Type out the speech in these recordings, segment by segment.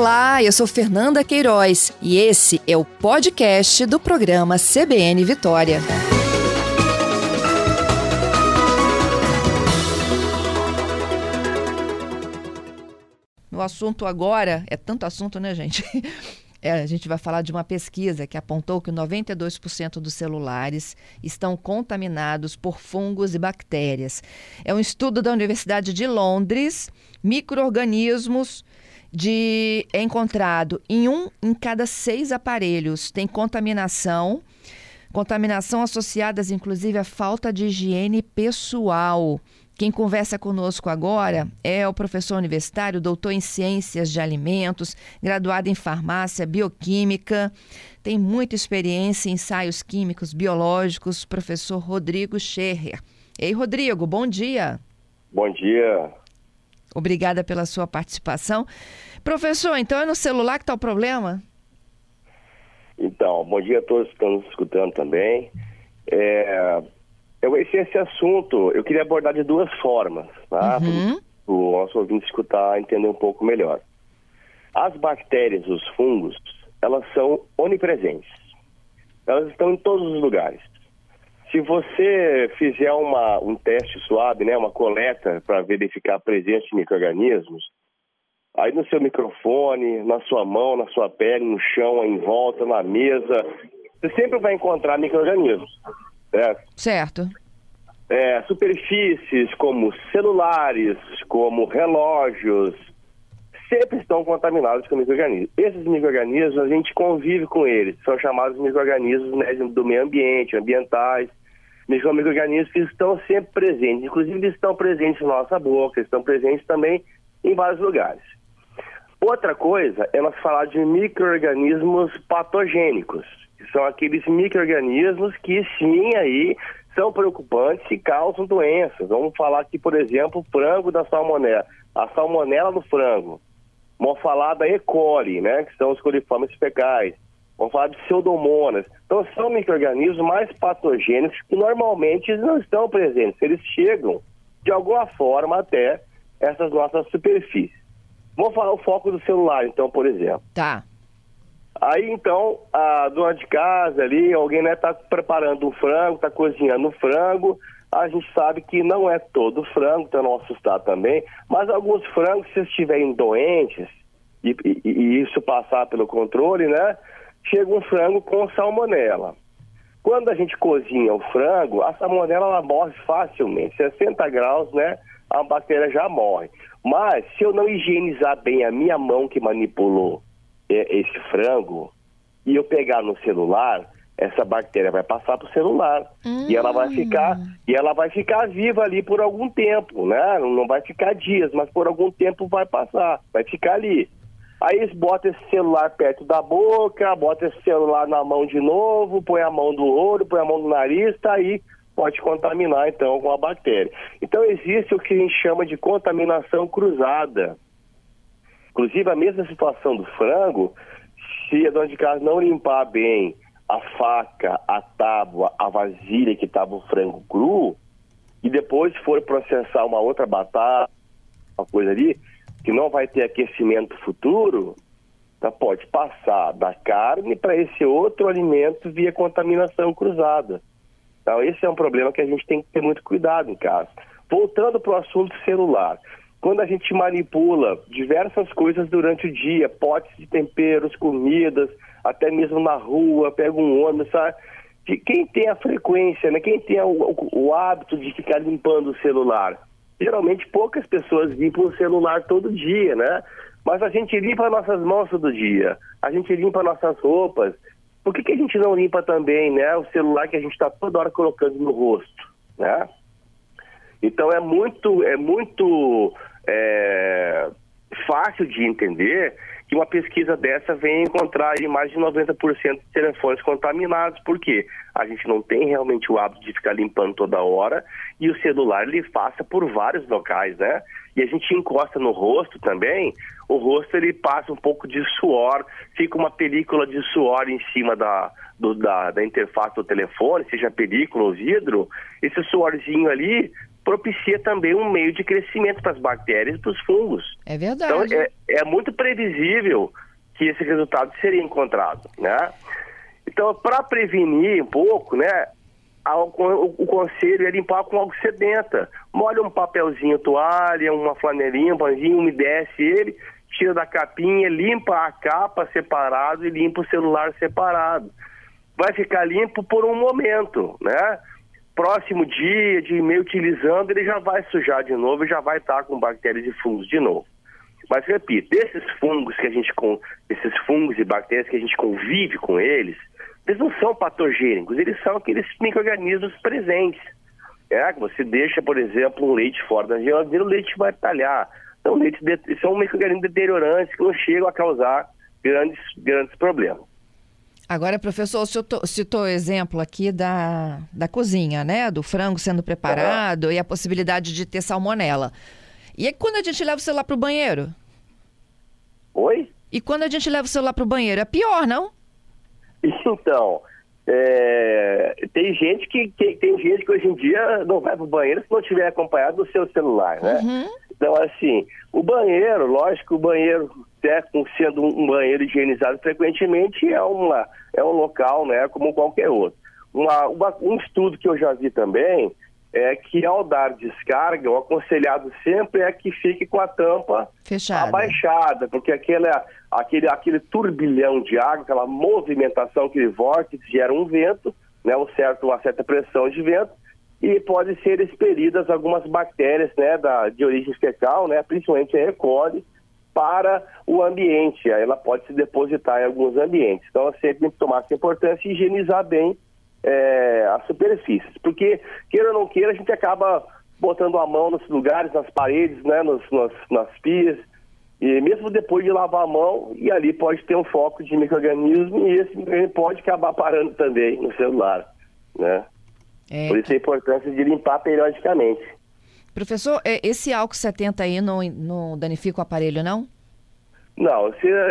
Olá, eu sou Fernanda Queiroz e esse é o podcast do programa CBN Vitória. O assunto agora, é tanto assunto, né, gente? A gente vai falar de uma pesquisa que apontou que 92% dos celulares estão contaminados por fungos e bactérias. É um estudo da Universidade de Londres, micro-organismos é encontrado em 1 em cada 6 aparelhos. Tem contaminação associadas inclusive à falta de higiene pessoal. Quem conversa conosco agora é o professor universitário, doutor em Ciências de Alimentos, graduado em Farmácia Bioquímica, tem muita experiência em ensaios químicos biológicos, professor Rodrigo Scherrer. Ei, Rodrigo, bom dia. Bom dia. Obrigada pela sua participação. Professor, então é no celular que está o problema? Então, bom dia a todos que estão nos escutando também. Esse assunto eu queria abordar de duas formas, tá? Para o nosso ouvinte escutar, entender um pouco melhor. As bactérias, os fungos, elas são onipresentes. Elas estão em todos os lugares. Se você fizer um teste suave, né, uma coleta para verificar a presença de micro-organismos, aí no seu microfone, na sua mão, na sua pele, no chão, em volta, na mesa, você sempre vai encontrar micro-organismos. Certo. Superfícies como celulares, como relógios, sempre estão contaminados com micro-organismos. Esses micro-organismos, a gente convive com eles, são chamados micro-organismos, né, do meio ambiente, ambientais, micro-organismos que estão sempre presentes, inclusive eles estão presentes na nossa boca, estão presentes também em vários lugares. Outra coisa é nós falar de micro-organismos patogênicos, que são aqueles micro-organismos que sim, aí são preocupantes e causam doenças. Vamos falar aqui, por exemplo, o frango da salmonela, a salmonela no frango. Vamos falar da E. coli, né, que são os coliformes fecais. Vamos falar de pseudomonas. Então, são micro-organismos mais patogênicos que normalmente eles não estão presentes. Eles chegam, de alguma forma, até essas nossas superfícies. Vamos falar o foco do celular, então, por exemplo. Tá. Aí, então, a dona de casa ali, alguém, né, tá preparando um frango, tá cozinhando um frango. A gente sabe que não é todo frango, então não assustar também, mas alguns frangos, se estiverem doentes, e isso passar pelo controle, né, chega um frango com salmonela. Quando a gente cozinha o frango, a salmonela ela morre facilmente. 60 graus, né, a bactéria já morre. Mas, se eu não higienizar bem a minha mão que manipulou esse frango, e eu pegar no celular, essa bactéria vai passar para o celular. E ela vai ficar viva ali por algum tempo, né? Não vai ficar dias, mas por algum tempo vai passar, vai ficar ali. Aí eles botam esse celular perto da boca, botam esse celular na mão de novo, põe a mão do olho, põe a mão do nariz, tá aí, pode contaminar então com a bactéria. Então existe o que a gente chama de contaminação cruzada. Inclusive a mesma situação do frango, se a dona de casa não limpar bem a faca, a tábua, a vasilha que estava o frango cru, e depois for processar uma outra batata, uma coisa ali, que não vai ter aquecimento futuro, tá, pode passar da carne para esse outro alimento via contaminação cruzada. Então esse é um problema que a gente tem que ter muito cuidado em casa. Voltando para o assunto celular, quando a gente manipula diversas coisas durante o dia, potes de temperos, comidas, até mesmo na rua, pega um ônibus, sabe? Quem tem a frequência, né? Quem tem o hábito de ficar limpando o celular? Geralmente poucas pessoas limpam o celular todo dia, né? Mas a gente limpa nossas mãos todo dia, a gente limpa nossas roupas. Por que a gente não limpa também, né, o celular que a gente está toda hora colocando no rosto, né? Então é muito fácil de entender que uma pesquisa dessa vem encontrar aí mais de 90% de telefones contaminados. Por quê? A gente não tem realmente o hábito de ficar limpando toda hora e o celular ele passa por vários locais, né? E a gente encosta no rosto também, o rosto ele passa um pouco de suor, fica uma película de suor em cima da interface do telefone, seja película ou vidro. Esse suorzinho ali propicia também um meio de crescimento para as bactérias e para os fungos. É verdade. Então, é muito previsível que esse resultado seria encontrado, né? Então, para prevenir um pouco, né, o conselho é limpar com água sedenta. Molha um papelzinho, toalha, uma flanelinha, um paninho, umedece ele, tira da capinha, limpa a capa separado e limpa o celular separado. Vai ficar limpo por um momento, né? Próximo dia, de meio utilizando, ele já vai sujar de novo e já vai estar com bactérias e fungos de novo. Mas, repito, esses fungos e bactérias que a gente convive com eles não são patogênicos, eles são aqueles micro-organismos presentes. Que você deixa, por exemplo, um leite fora da geladeira, o leite vai talhar. Então, são micro-organismos deteriorantes que não chegam a causar grandes problemas. Agora, professor, o senhor citou o exemplo aqui da cozinha, né? Do frango sendo preparado e a possibilidade de ter salmonela. E aí, quando a gente leva o celular para o banheiro? Oi? E quando a gente leva o celular para o banheiro? É pior, não? Então, tem gente que hoje em dia não vai para o banheiro se não estiver acompanhado do seu celular, né? Uhum. Então, assim, o banheiro, lógico, o banheiro, sendo um banheiro higienizado frequentemente, é um local, né, como qualquer outro. Um estudo que eu já vi também é que ao dar descarga, o aconselhado sempre é que fique com a tampa fechada, abaixada, porque aquele turbilhão de água, aquela movimentação, aquele vórtice gera um vento, né, uma certa pressão de vento, e pode ser expelidas algumas bactérias, né, de origem fecal, né, principalmente a E. coli, para o ambiente. Aí ela pode se depositar em alguns ambientes. Então, sempre tem que tomar essa importância e higienizar bem as superfícies. Porque, queira ou não queira, a gente acaba botando a mão nos lugares, nas paredes, né, nas pias, e mesmo depois de lavar a mão, e ali pode ter um foco de micro-organismo, e esse micro-organismo pode acabar parando também no celular, né? Por isso a importância de limpar periodicamente. Professor, esse álcool 70 aí não danifica o aparelho, não? Não,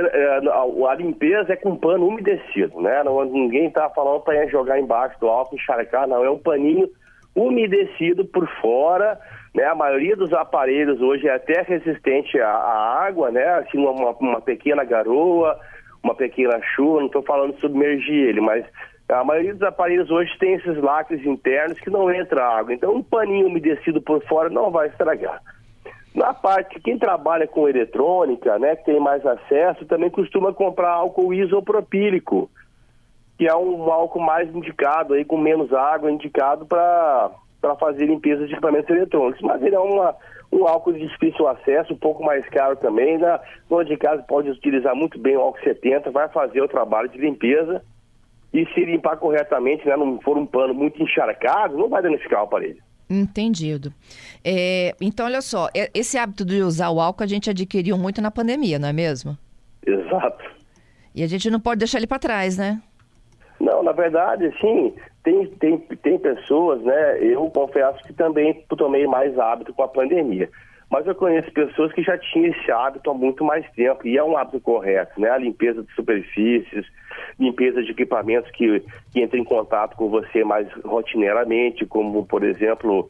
a limpeza é com pano umedecido, né? Ninguém está falando para jogar embaixo do álcool, encharcar, não. É um paninho umedecido por fora, né? A maioria dos aparelhos hoje é até resistente à água, né? Assim, uma pequena garoa, uma pequena chuva, não estou falando de submergir ele, mas a maioria dos aparelhos hoje tem esses lacres internos que não entra água. Então, um paninho umedecido por fora não vai estragar. Na parte, quem trabalha com eletrônica, né, que tem mais acesso, também costuma comprar álcool isopropílico, que é um álcool mais indicado, aí, com menos água, indicado para fazer limpeza de equipamentos eletrônicos. Mas ele é um álcool de difícil acesso, um pouco mais caro também. Na dona de casa pode utilizar muito bem o álcool 70, vai fazer o trabalho de limpeza. E se limpar corretamente, né, não for um pano muito encharcado, não vai danificar o aparelho. Entendido. Então, olha só, esse hábito de usar o álcool a gente adquiriu muito na pandemia, não é mesmo? Exato. E a gente não pode deixar ele para trás, né? Não, na verdade, sim, tem pessoas, né, eu confesso que também tomei mais hábito com a pandemia. Mas eu conheço pessoas que já tinham esse hábito há muito mais tempo, e é um hábito correto, né? A limpeza de superfícies, limpeza de equipamentos que entram em contato com você mais rotineiramente, como, por exemplo,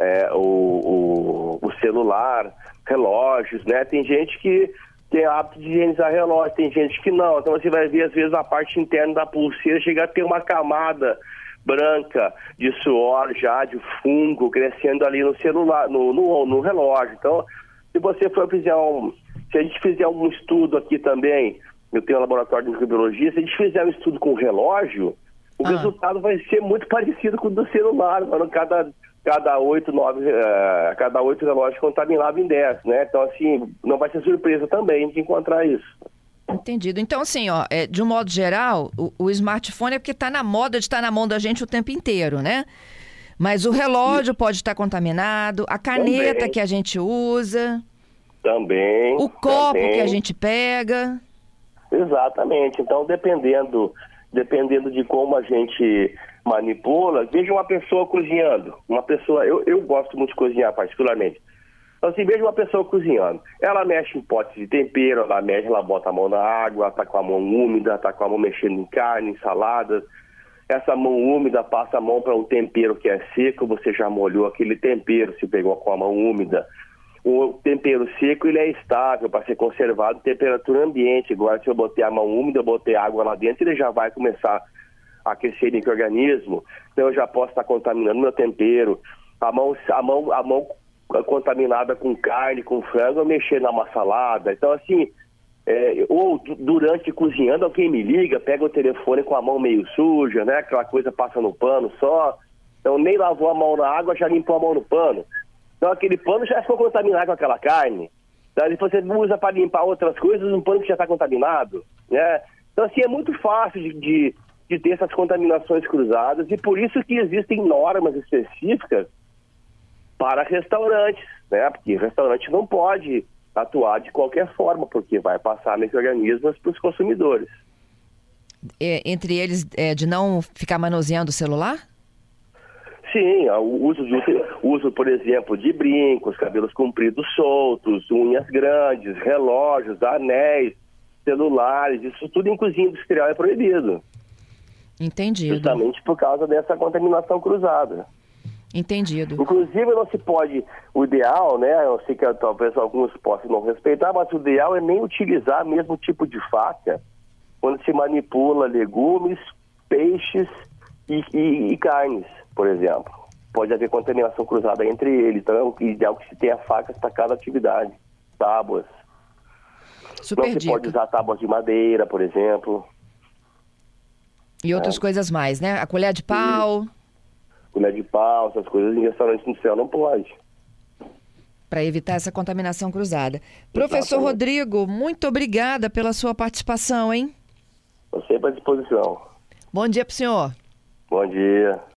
o celular, relógios, né? Tem gente que tem hábito de higienizar relógio, tem gente que não. Então você vai ver, às vezes, na parte interna da pulseira chegar a ter uma camada branca de suor já, de fungo, crescendo ali no celular, no relógio. Então, se a gente fizer um estudo aqui também, eu tenho um laboratório de microbiologia, se a gente fizer um estudo com o relógio, o resultado vai ser muito parecido com o do celular, mano. Cada 8 relógios contaminados em 10, né? Então, assim, não vai ser surpresa também de encontrar isso. Entendido. Então, assim, de um modo geral, o smartphone é porque está na moda de estar na mão da gente o tempo inteiro, né? Mas o relógio pode estar contaminado, a caneta também que a gente usa. Também. O copo que a gente pega. Exatamente. Então, dependendo de como a gente manipula, veja uma pessoa cozinhando. Eu gosto muito de cozinhar, particularmente. Então, assim, veja uma pessoa cozinhando. Ela mexe em potes de tempero, ela bota a mão na água, ela tá com a mão úmida, tá com a mão mexendo em carne, em saladas. essa mão úmida passa a mão para um tempero que é seco, você já molhou aquele tempero, se pegou com a mão úmida. O tempero seco, ele é estável para ser conservado em temperatura ambiente. Agora, se eu botei a mão úmida, eu botei água lá dentro, ele já vai começar a aquecer o micro-organismo. Então, eu já posso estar contaminando meu tempero. A mão contaminada com carne, com frango, eu mexer numa salada. Então, assim, ou durante cozinhando, alguém me liga, pega o telefone com a mão meio suja, né? Aquela coisa passa no pano só. Então, nem lavou a mão na água, já limpou a mão no pano. Então, aquele pano já ficou contaminado com aquela carne. Então, depois você usa para limpar outras coisas, um pano que já está contaminado, né? Então, assim, é muito fácil de ter essas contaminações cruzadas, e por isso que existem normas específicas para restaurantes, né? Porque restaurante não pode atuar de qualquer forma, porque vai passar micro-organismos para os consumidores. Entre eles, de não ficar manuseando o celular? Sim, o uso, por exemplo, de brincos, cabelos compridos soltos, unhas grandes, relógios, anéis, celulares, isso tudo em cozinha industrial é proibido. Entendido. Justamente por causa dessa contaminação cruzada. Entendido. Inclusive não se pode, o ideal, né, eu sei que talvez alguns possam não respeitar, mas o ideal é nem utilizar o mesmo tipo de faca quando se manipula legumes, peixes e carnes, por exemplo. Pode haver contaminação cruzada entre eles, então é ideal que se tenha facas para cada atividade, tábuas. Super não se dica. pode usar tábuas de madeira, por exemplo. E outras coisas mais, né? A colher de pau. Colher de pau, essas coisas em restaurantes no céu não pode. Para evitar essa contaminação cruzada. Professor Rodrigo, muito obrigada pela sua participação, hein? Estou sempre à disposição. Bom dia para o senhor. Bom dia.